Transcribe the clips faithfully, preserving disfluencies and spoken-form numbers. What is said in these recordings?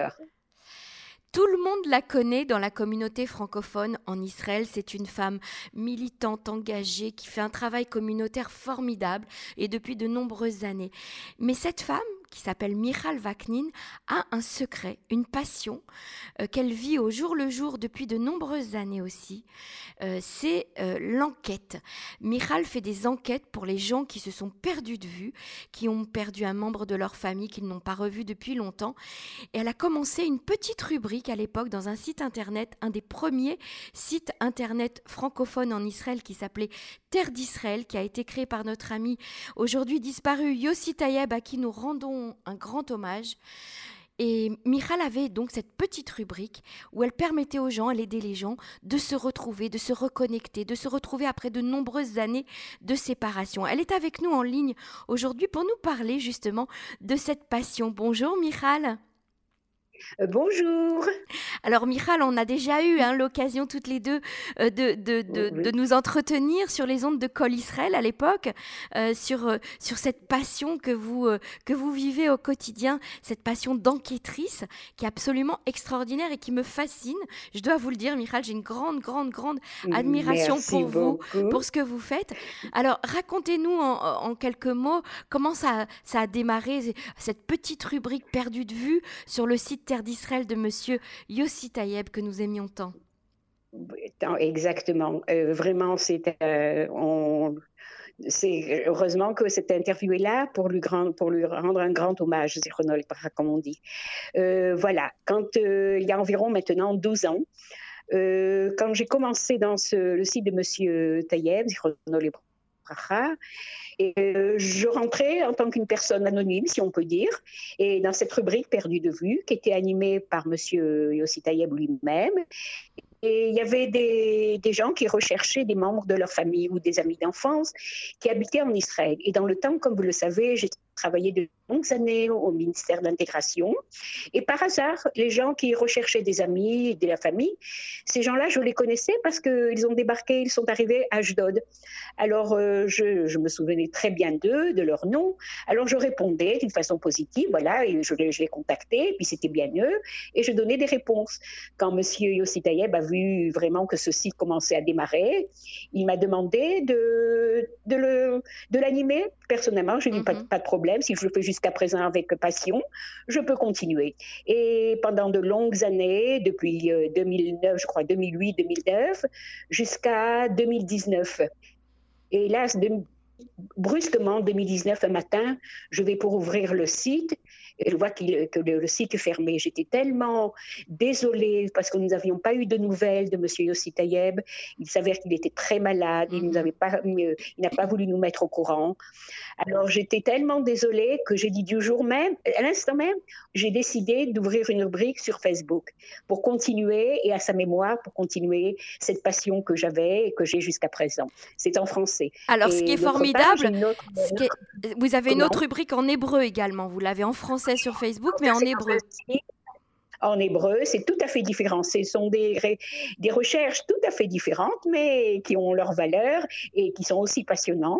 sœur. Tout le monde la connaît dans la communauté francophone en Israël. C'est une femme militante, engagée, qui fait un travail communautaire formidable et depuis de nombreuses années. Mais cette femme, qui s'appelle Michal Vaknin, a un secret, une passion euh, qu'elle vit au jour le jour depuis de nombreuses années aussi. Euh, c'est euh, l'enquête. Michal fait des enquêtes pour les gens qui se sont perdus de vue, qui ont perdu un membre de leur famille, qu'ils n'ont pas revu depuis longtemps. Et elle a commencé une petite rubrique à l'époque dans un site internet, un des premiers sites internet francophones en Israël qui s'appelait Terre d'Israël, qui a été créé par notre ami aujourd'hui disparu Yossi Tayeb, à qui nous rendons un grand hommage. Et Michal avait donc cette petite rubrique où elle permettait aux gens, elle aidait les gens de se retrouver, de se reconnecter, de se retrouver après de nombreuses années de séparation. Elle est avec nous en ligne aujourd'hui pour nous parler justement de cette passion. Bonjour Michal. Euh, bonjour. Alors Michal, on a déjà eu hein, l'occasion toutes les deux euh, de, de, de, Oui. de nous entretenir sur les ondes de Kol Israël à l'époque, euh, sur, euh, sur cette passion que vous, euh, que vous vivez au quotidien, cette passion d'enquêtrice qui est absolument extraordinaire et qui me fascine. Je dois vous le dire Michal, j'ai une grande, grande, grande admiration Merci pour vous, beaucoup. pour ce que vous faites. Alors racontez-nous en, en quelques mots comment ça, ça a démarré, cette petite rubrique perdue de vue sur le site Terre d'Israël de monsieur Yossi Tayeb que nous aimions tant. Exactement. Euh, vraiment, c'est, euh, on, c'est heureusement que cette interview est là pour lui, grand, pour lui rendre un grand hommage, Zichrono Livracha, comme on dit. Euh, voilà, quand euh, il y a environ maintenant douze ans, euh, quand j'ai commencé dans ce, le site de monsieur Tayeb, Zichrono Livracha, et euh, je rentrais en tant qu'une personne anonyme, si on peut dire, et dans cette rubrique perdue de vue, qui était animée par monsieur Yossi Tayeb lui-même. Et il y avait des, des gens qui recherchaient des membres de leur famille ou des amis d'enfance qui habitaient en Israël. Et dans le temps, comme vous le savez, j'ai travaillé de longues années au ministère de l'Intégration. Et par hasard, les gens qui recherchaient des amis, de la famille, ces gens-là, je les connaissais parce qu'ils ont débarqué, ils sont arrivés à Ashdod. Alors, euh, je, je me souvenais très bien d'eux, de leur nom. Alors, je répondais d'une façon positive, voilà, et je, je les contactais, puis c'était bien eux, et je donnais des réponses. Quand M. Yossi Tayeb a vu vraiment que ce site commençait à démarrer, il m'a demandé de, de, le, de l'animer. Personnellement, je lui ai dit, mm-hmm. pas, pas de problème, si je le fais jusqu'à présent avec passion, je peux continuer. Et pendant de longues années, depuis deux mille neuf, je crois, deux mille huit, deux mille neuf, jusqu'à deux mille dix-neuf. Et là, de, brusquement, deux mille dix-neuf, un matin, je vais pour ouvrir le site et je vois qu'il, que le, le site est fermé. J'étais tellement désolée parce que nous n'avions pas eu de nouvelles de M. Yossi Tayeb. Il s'avère qu'il était très malade, il, nous avait pas, il n'a pas voulu nous mettre au courant. Alors, j'étais tellement désolée que j'ai dit du jour même, à l'instant même, j'ai décidé d'ouvrir une rubrique sur Facebook pour continuer, et à sa mémoire, pour continuer cette passion que j'avais et que j'ai jusqu'à présent. C'est en français. Alors, et ce qui est formidable, part, autre, ce qui est, vous avez comment? Une autre rubrique en hébreu également. Vous l'avez en français sur Facebook, mais en hébreu. En hébreu, c'est tout à fait différent. Ce sont des, des recherches tout à fait différentes, mais qui ont leur valeur et qui sont aussi passionnantes.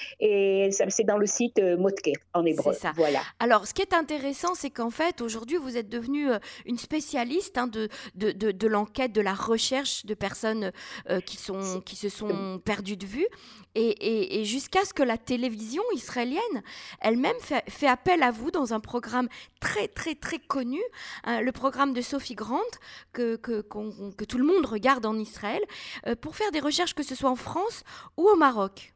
Et ça, c'est dans le site Motke, en hébreu. C'est ça. Voilà. Alors, ce qui est intéressant, c'est qu'en fait, aujourd'hui, vous êtes devenue une spécialiste hein, de, de, de, de l'enquête, de la recherche de personnes euh, qui, sont, qui se sont perdues de vue. Et, et, et jusqu'à ce que la télévision israélienne elle-même fait, fait appel à vous dans un programme très, très, très connu, hein, le programme de Sophie Grant, que, que, qu'on, que tout le monde regarde en Israël, euh, pour faire des recherches, que ce soit en France ou au Maroc.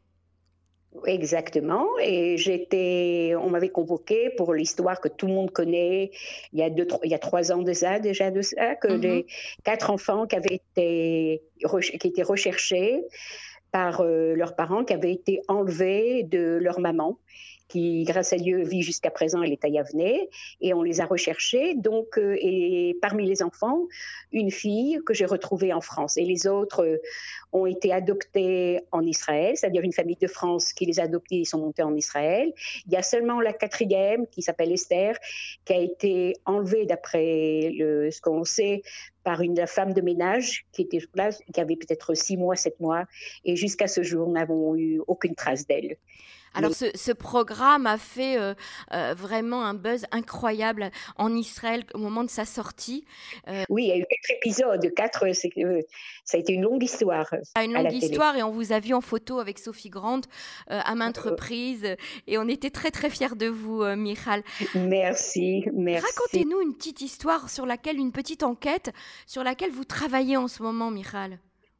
Exactement, et j'étais, on m'avait convoqué pour l'histoire que tout le monde connaît, il y a, deux, il y a trois ans de ça, déjà de ça, que mm-hmm. les quatre enfants qui avaient été, qui étaient recherchés par euh, leurs parents, qui avaient été enlevés de leur maman, qui, grâce à Dieu, vit jusqu'à présent, elle est à Yavne, et on les a recherchés. Donc, euh, et parmi les enfants, une fille que j'ai retrouvée en France. Et les autres euh, ont été adoptés en Israël, c'est-à-dire une famille de France qui les a adoptés, ils sont montés en Israël. Il y a seulement la quatrième, qui s'appelle Esther, qui a été enlevée, d'après le, ce qu'on sait, par une femme de ménage qui était là, qui avait peut-être six mois, sept mois, et jusqu'à ce jour, nous n'avons eu aucune trace d'elle. Alors, Mais... ce, ce programme a fait euh, euh, vraiment un buzz incroyable en Israël au moment de sa sortie. Euh... Oui, il y a eu quatre épisodes, quatre, c'est, euh, ça a été une longue histoire. Une longue histoire, et on vous a vu en photo avec Sophie Grant euh, à maintes euh... reprises, et on était très très fiers de vous, euh, Michal. Merci, merci. Racontez-nous une petite histoire sur laquelle, une petite enquête sur laquelle vous travaillez en ce moment, Michal.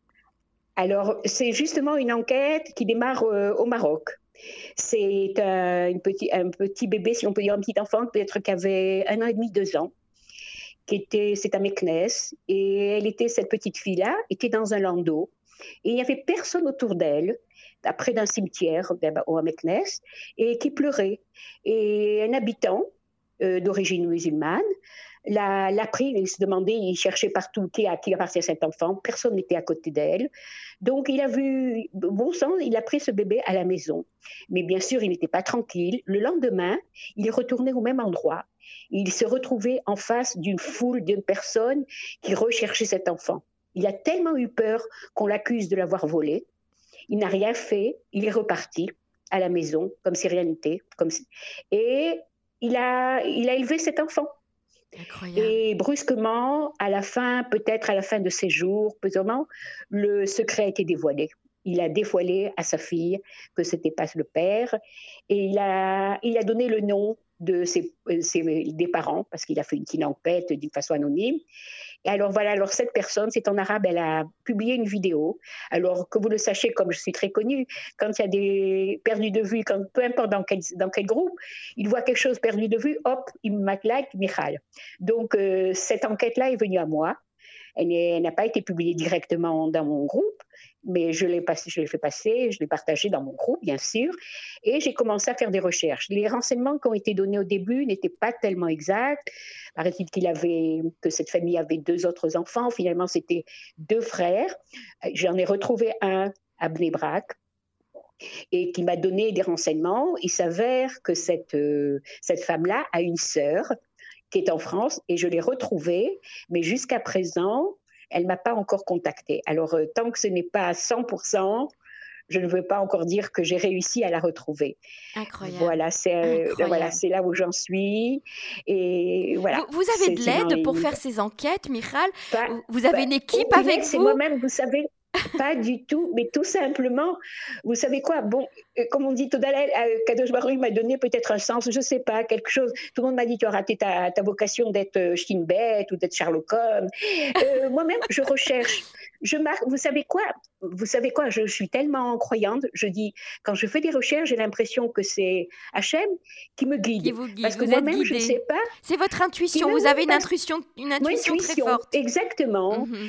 Alors, c'est justement une enquête qui démarre euh, au Maroc. C'est un, une petit, un petit bébé, si on peut dire un petit enfant, peut-être qui avait un an et demi, deux ans, qui était, c'est à Meknes, et elle était, cette petite fille-là, était dans un landau, et il n'y avait personne autour d'elle, près d'un cimetière au Meknes, et qui pleurait. Et un habitant euh, d'origine musulmane l'a, l'a pris, il se demandait, il cherchait partout qui, à qui appartient cet enfant, personne n'était à côté d'elle. Donc il a vu, bon sang, il a pris ce bébé à la maison. Mais bien sûr, il n'était pas tranquille. Le lendemain, il est retourné au même endroit. Il s'est retrouvé en face d'une foule de personnes qui recherchaient cet enfant. Il a tellement eu peur qu'on l'accuse de l'avoir volé. Il n'a rien fait, il est reparti à la maison, comme si rien n'était. Comme si... Et il a, il a élevé cet enfant. Incroyable. Et brusquement, à la fin, peut-être à la fin de ses jours, pesamment, le secret a été dévoilé. Il a dévoilé à sa fille que ce n'était pas le père, et il a, il a donné le nom de ses, ses, des parents, parce qu'il a fait une petite enquête d'une façon anonyme. Et alors voilà, alors cette personne, c'est en arabe, elle a publié une vidéo. Alors que vous le sachiez, comme je suis très connue, quand il y a des perdus de vue, quand, peu importe dans quel, dans quel groupe, il voit quelque chose perdu de vue, hop, il me like Michal. Donc euh, cette enquête-là est venue à moi. Elle, elle n'a pas été publiée directement dans mon groupe, mais je l'ai, passé, je l'ai fait passer, je l'ai partagé dans mon groupe, bien sûr, et j'ai commencé à faire des recherches. Les renseignements qui ont été donnés au début n'étaient pas tellement exacts. Paraît-il qu'il avait, que cette famille avait deux autres enfants. Finalement, c'était deux frères. J'en ai retrouvé un à Bnei Brak, et qui m'a donné des renseignements. Il s'avère que cette, euh, cette femme-là a une sœur qui est en France, et je l'ai retrouvée, mais jusqu'à présent, elle ne m'a pas encore contactée. Alors, euh, tant que ce n'est pas à cent pour cent, je ne veux pas encore dire que j'ai réussi à la retrouver. Incroyable. Voilà, c'est, Incroyable. Euh, voilà, c'est là où j'en suis. Et voilà. Vous, vous avez de l'aide pour faire ces enquêtes, Michal? Pas, Vous avez pas, une équipe oh, avec c'est vous? Moi-même, vous savez. Pas du tout, mais tout simplement, vous savez quoi, bon, comme on dit tout à l'heure, Kadosh Baruch m'a donné peut-être un sens, je ne sais pas, quelque chose. Tout le monde m'a dit, tu as raté ta, ta vocation d'être Shin Bet ou d'être Sherlock Holmes. Euh, moi-même, je recherche. Je marque, vous savez quoi, vous savez quoi, je, je suis tellement croyante, je dis, quand je fais des recherches, j'ai l'impression que c'est Hachem qui me guide. Qui vous guide, parce que vous moi-même, je ne sais pas. C'est votre intuition, vous avez une intuition, une intuition, intuition très forte. Exactement. Mm-hmm.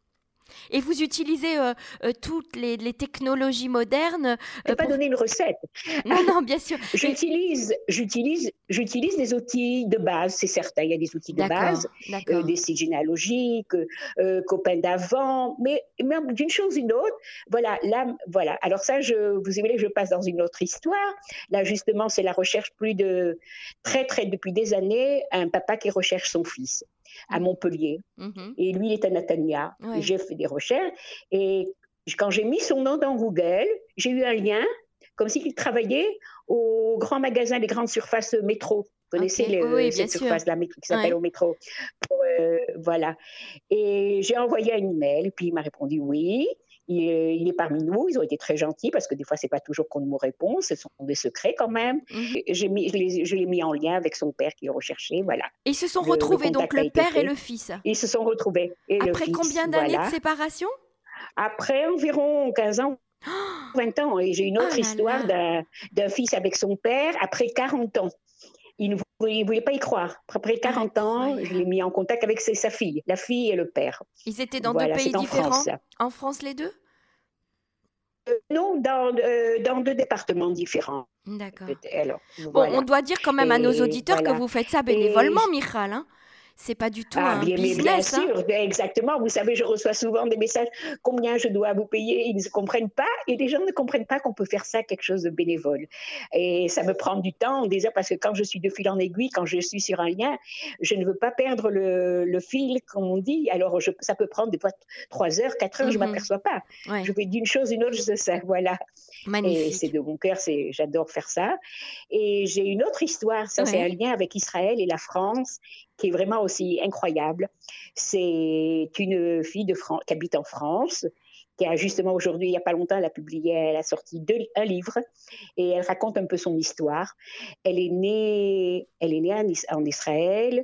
Et vous utilisez euh, euh, toutes les, les technologies modernes. Euh, je ne peux pas pour... donner une recette. Non, non, bien sûr. J'utilise, j'utilise, j'utilise des outils de base, c'est certain. Il y a des outils de d'accord, base, d'accord. Euh, des sites généalogiques, euh, copains d'avant, mais même d'une chose ou d'une autre. Voilà, là, voilà. Alors ça, je, vous voulez que je passe dans une autre histoire. Là, justement, c'est la recherche plus de très, très depuis des années, un papa qui recherche son fils à Montpellier. Mm-hmm. Et lui, il est à Natania. Oui. J'ai fait des recherches. Et quand j'ai mis son nom dans Google, j'ai eu un lien, comme s'il travaillait au grand magasin des grandes surfaces métro. Vous connaissez okay. les, oui, cette surface-là qui s'appelle ouais. au métro. Pour, euh, voilà. Et j'ai envoyé un email, puis il m'a répondu oui. Il est, il est parmi nous, ils ont été très gentils parce que des fois, ce n'est pas toujours qu'on nous répond, ce sont des secrets quand même. Mm-hmm. J'ai mis, je, l'ai, je l'ai mis en lien avec son père qui le recherchait, voilà. Et ils se sont le, retrouvés, le donc le père fait. Et le fils. Ils se sont retrouvés. Et après le combien fils, d'années voilà. de séparation? Après environ quinze ans, vingt ans. Et j'ai une autre oh là histoire là. D'un, d'un fils avec son père après quarante ans. Il ne voulait, voulait pas y croire. Après quarante ans, je l'ai mis en contact avec ses, sa fille, la fille et le père. Ils étaient dans voilà, deux pays en différents? France. En France, les deux? Euh, non, dans, euh, dans deux départements différents. D'accord. Alors, bon, voilà. on doit dire quand même à nos auditeurs voilà. que vous faites ça bénévolement, et... Michal. Hein, C'est pas du tout Ah, un bien, mais bien business, hein. sûr, ben, exactement. Vous savez, je reçois souvent des messages, combien je dois vous payer, ils ne comprennent pas, et les gens ne comprennent pas qu'on peut faire ça quelque chose de bénévole. Et ça me prend du temps, déjà, parce que quand je suis de fil en aiguille, quand je suis sur un lien, je ne veux pas perdre le, le fil, comme on dit. Alors, je, ça peut prendre des fois trois heures, quatre heures, je ne Mhm. m'aperçois pas. Ouais, Je fais d'une chose une autre, je sais ça, voilà. Et c'est magnifique. de mon cœur, c'est, j'adore faire ça. Et j'ai une autre histoire, ça c'est un Ouais. lien avec Israël et la France, qui est vraiment aussi incroyable. C'est une fille de Fran- qui habite en France, qui a justement aujourd'hui, il n'y a pas longtemps, elle a publié, elle a sorti deux, un livre et elle raconte un peu son histoire. Elle est née, elle est née en, Is- en Israël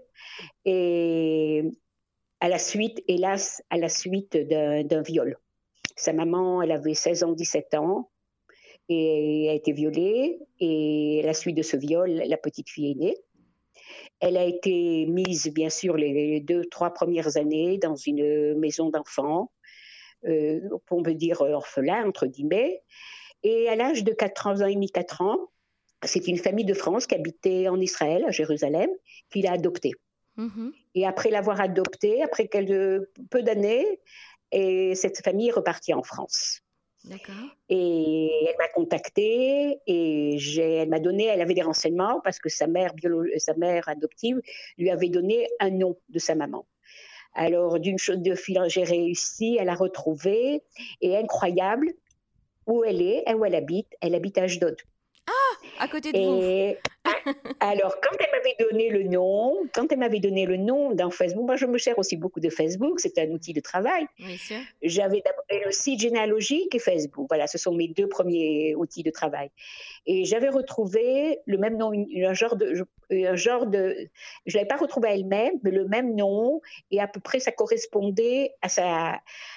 et à la suite, hélas, à la suite d'un, d'un viol. Sa maman, elle avait seize ans, dix-sept ans et a été violée. Et à la suite de ce viol, la petite fille est née. Elle a été mise, bien sûr, les deux, trois premières années dans une maison d'enfants, euh, on peut dire orphelin, entre guillemets. Et à l'âge de quatre ans et demi, quatre ans, c'est une famille de France qui habitait en Israël, à Jérusalem, qui l'a adoptée. Mhm. Et après l'avoir adoptée, après quelques, peu d'années, et cette famille est repartie en France. D'accord. Et elle m'a contactée et j'ai, elle m'a donné, elle avait des renseignements parce que sa mère, biolo, sa mère adoptive lui avait donné un nom de sa maman. Alors, d'une chose de fil, j'ai réussi à la retrouver et incroyable, où elle est, où elle habite, elle habite à Ashdod. À côté de vous. Et alors, quand elle m'avait donné le nom, quand elle m'avait donné le nom dans Facebook, moi je me sers aussi beaucoup de Facebook, c'est un outil de travail. Bien sûr. J'avais d'abord le site généalogique et Facebook. Voilà, ce sont mes deux premiers outils de travail. Et j'avais retrouvé le même nom, un genre de, un genre de, je l'avais pas retrouvé à elle-même, mais le même nom et à peu près ça correspondait à sa,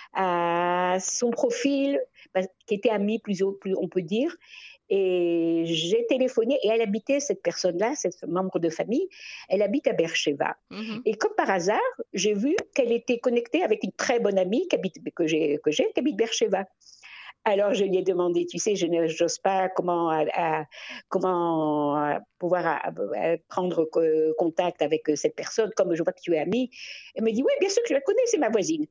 à son profil qui était ami plus, plus on peut dire. Et j'ai téléphoné et elle habitait, cette personne-là, cette membre de famille, elle habite à Beersheba. Mhm. Et comme par hasard, j'ai vu qu'elle était connectée avec une très bonne amie qui habite, que j'ai, que j'ai, qui habite Beersheba. Alors je lui ai demandé, tu sais, je n'ose pas comment, à, à, comment à pouvoir à, à prendre contact avec cette personne, comme je vois que tu es amie. Elle me dit, oui, bien sûr que je la connais, c'est ma voisine.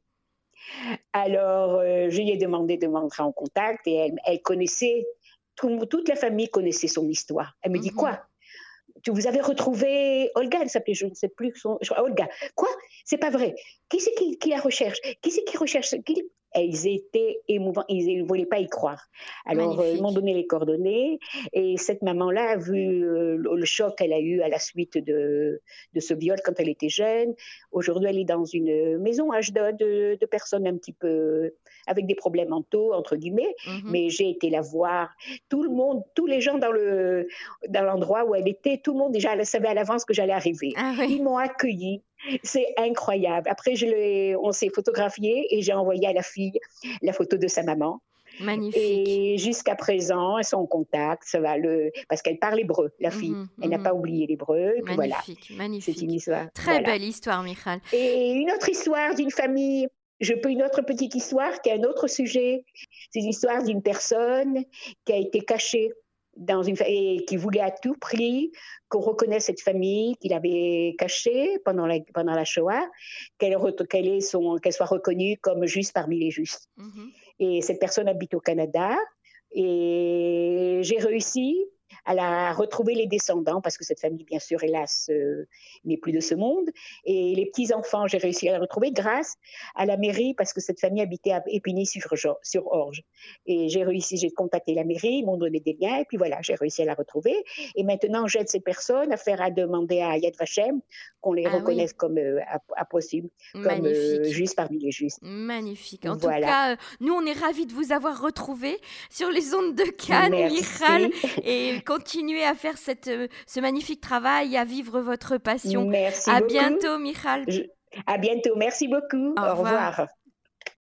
Alors euh, je lui ai demandé de m'entrer en contact et elle, elle connaissait, tout, toute la famille connaissait son histoire. Elle me dit, Mhm. quoi? Tu vous avez retrouvé Olga, elle s'appelait, je ne sais plus son, Olga. Quoi? C'est pas vrai. Qui c'est qui, qui la recherche? Qui c'est qui recherche? Qui... Ils étaient émouvants, ils ne voulaient pas y croire. Alors, euh, ils m'ont Magnifique. donné les coordonnées et cette maman-là a vu euh, le choc qu'elle a eu à la suite de, de ce viol quand elle était jeune. Aujourd'hui, elle est dans une maison H D de, de personnes un petit peu avec des problèmes mentaux, entre guillemets, Mhm. mais j'ai été la voir. Tout le monde, tous les gens dans le dans l'endroit où elle était, tout le monde déjà savait à l'avance que j'allais arriver. Ah oui. Ils m'ont accueilli. C'est incroyable. Après, je on s'est photographié et j'ai envoyé à la fille la photo de sa maman. Magnifique. Et jusqu'à présent, elles sont en contact. Ça va le, parce qu'elle parle hébreu, la fille. Mhm. Elle n'a Mhm. pas oublié l'hébreu. Et puis voilà, Magnifique. c'est une Magnifique. histoire. Très Voilà. belle histoire, Michal. Et une autre histoire d'une famille. Je peux une autre petite histoire qui est un autre sujet. C'est l'histoire d'une personne qui a été cachée dans une et qui voulait à tout prix qu'on reconnaisse cette famille qu'il avait cachée pendant la, pendant la Shoah, qu'elle, qu'elle, est son, qu'elle soit reconnue comme juste parmi les justes. Mhm. Et cette personne habite au Canada et j'ai réussi à la retrouver les descendants parce que cette famille, bien sûr, hélas, euh, n'est plus de ce monde. Et les petits-enfants, j'ai réussi à la retrouver grâce à la mairie parce que cette famille habitait à Épinay-sur-Orge. Et j'ai réussi, j'ai contacté la mairie, ils m'ont donné des liens et puis voilà, j'ai réussi à la retrouver. Et maintenant, j'aide ces personnes à faire à demander à Yad Vashem qu'on les Ah oui. reconnaisse comme euh, à, à possible, comme euh, Magnifique. juste parmi les justes. Magnifique. En tout Voilà. cas, euh, nous, on est ravis de vous avoir retrouvé sur les ondes de Cannes, Michal, Merci. et continuer à faire cette, euh, ce magnifique travail, à vivre votre passion. Merci À beaucoup. bientôt, Michal. Je... À bientôt. Merci beaucoup. Au Au revoir. revoir.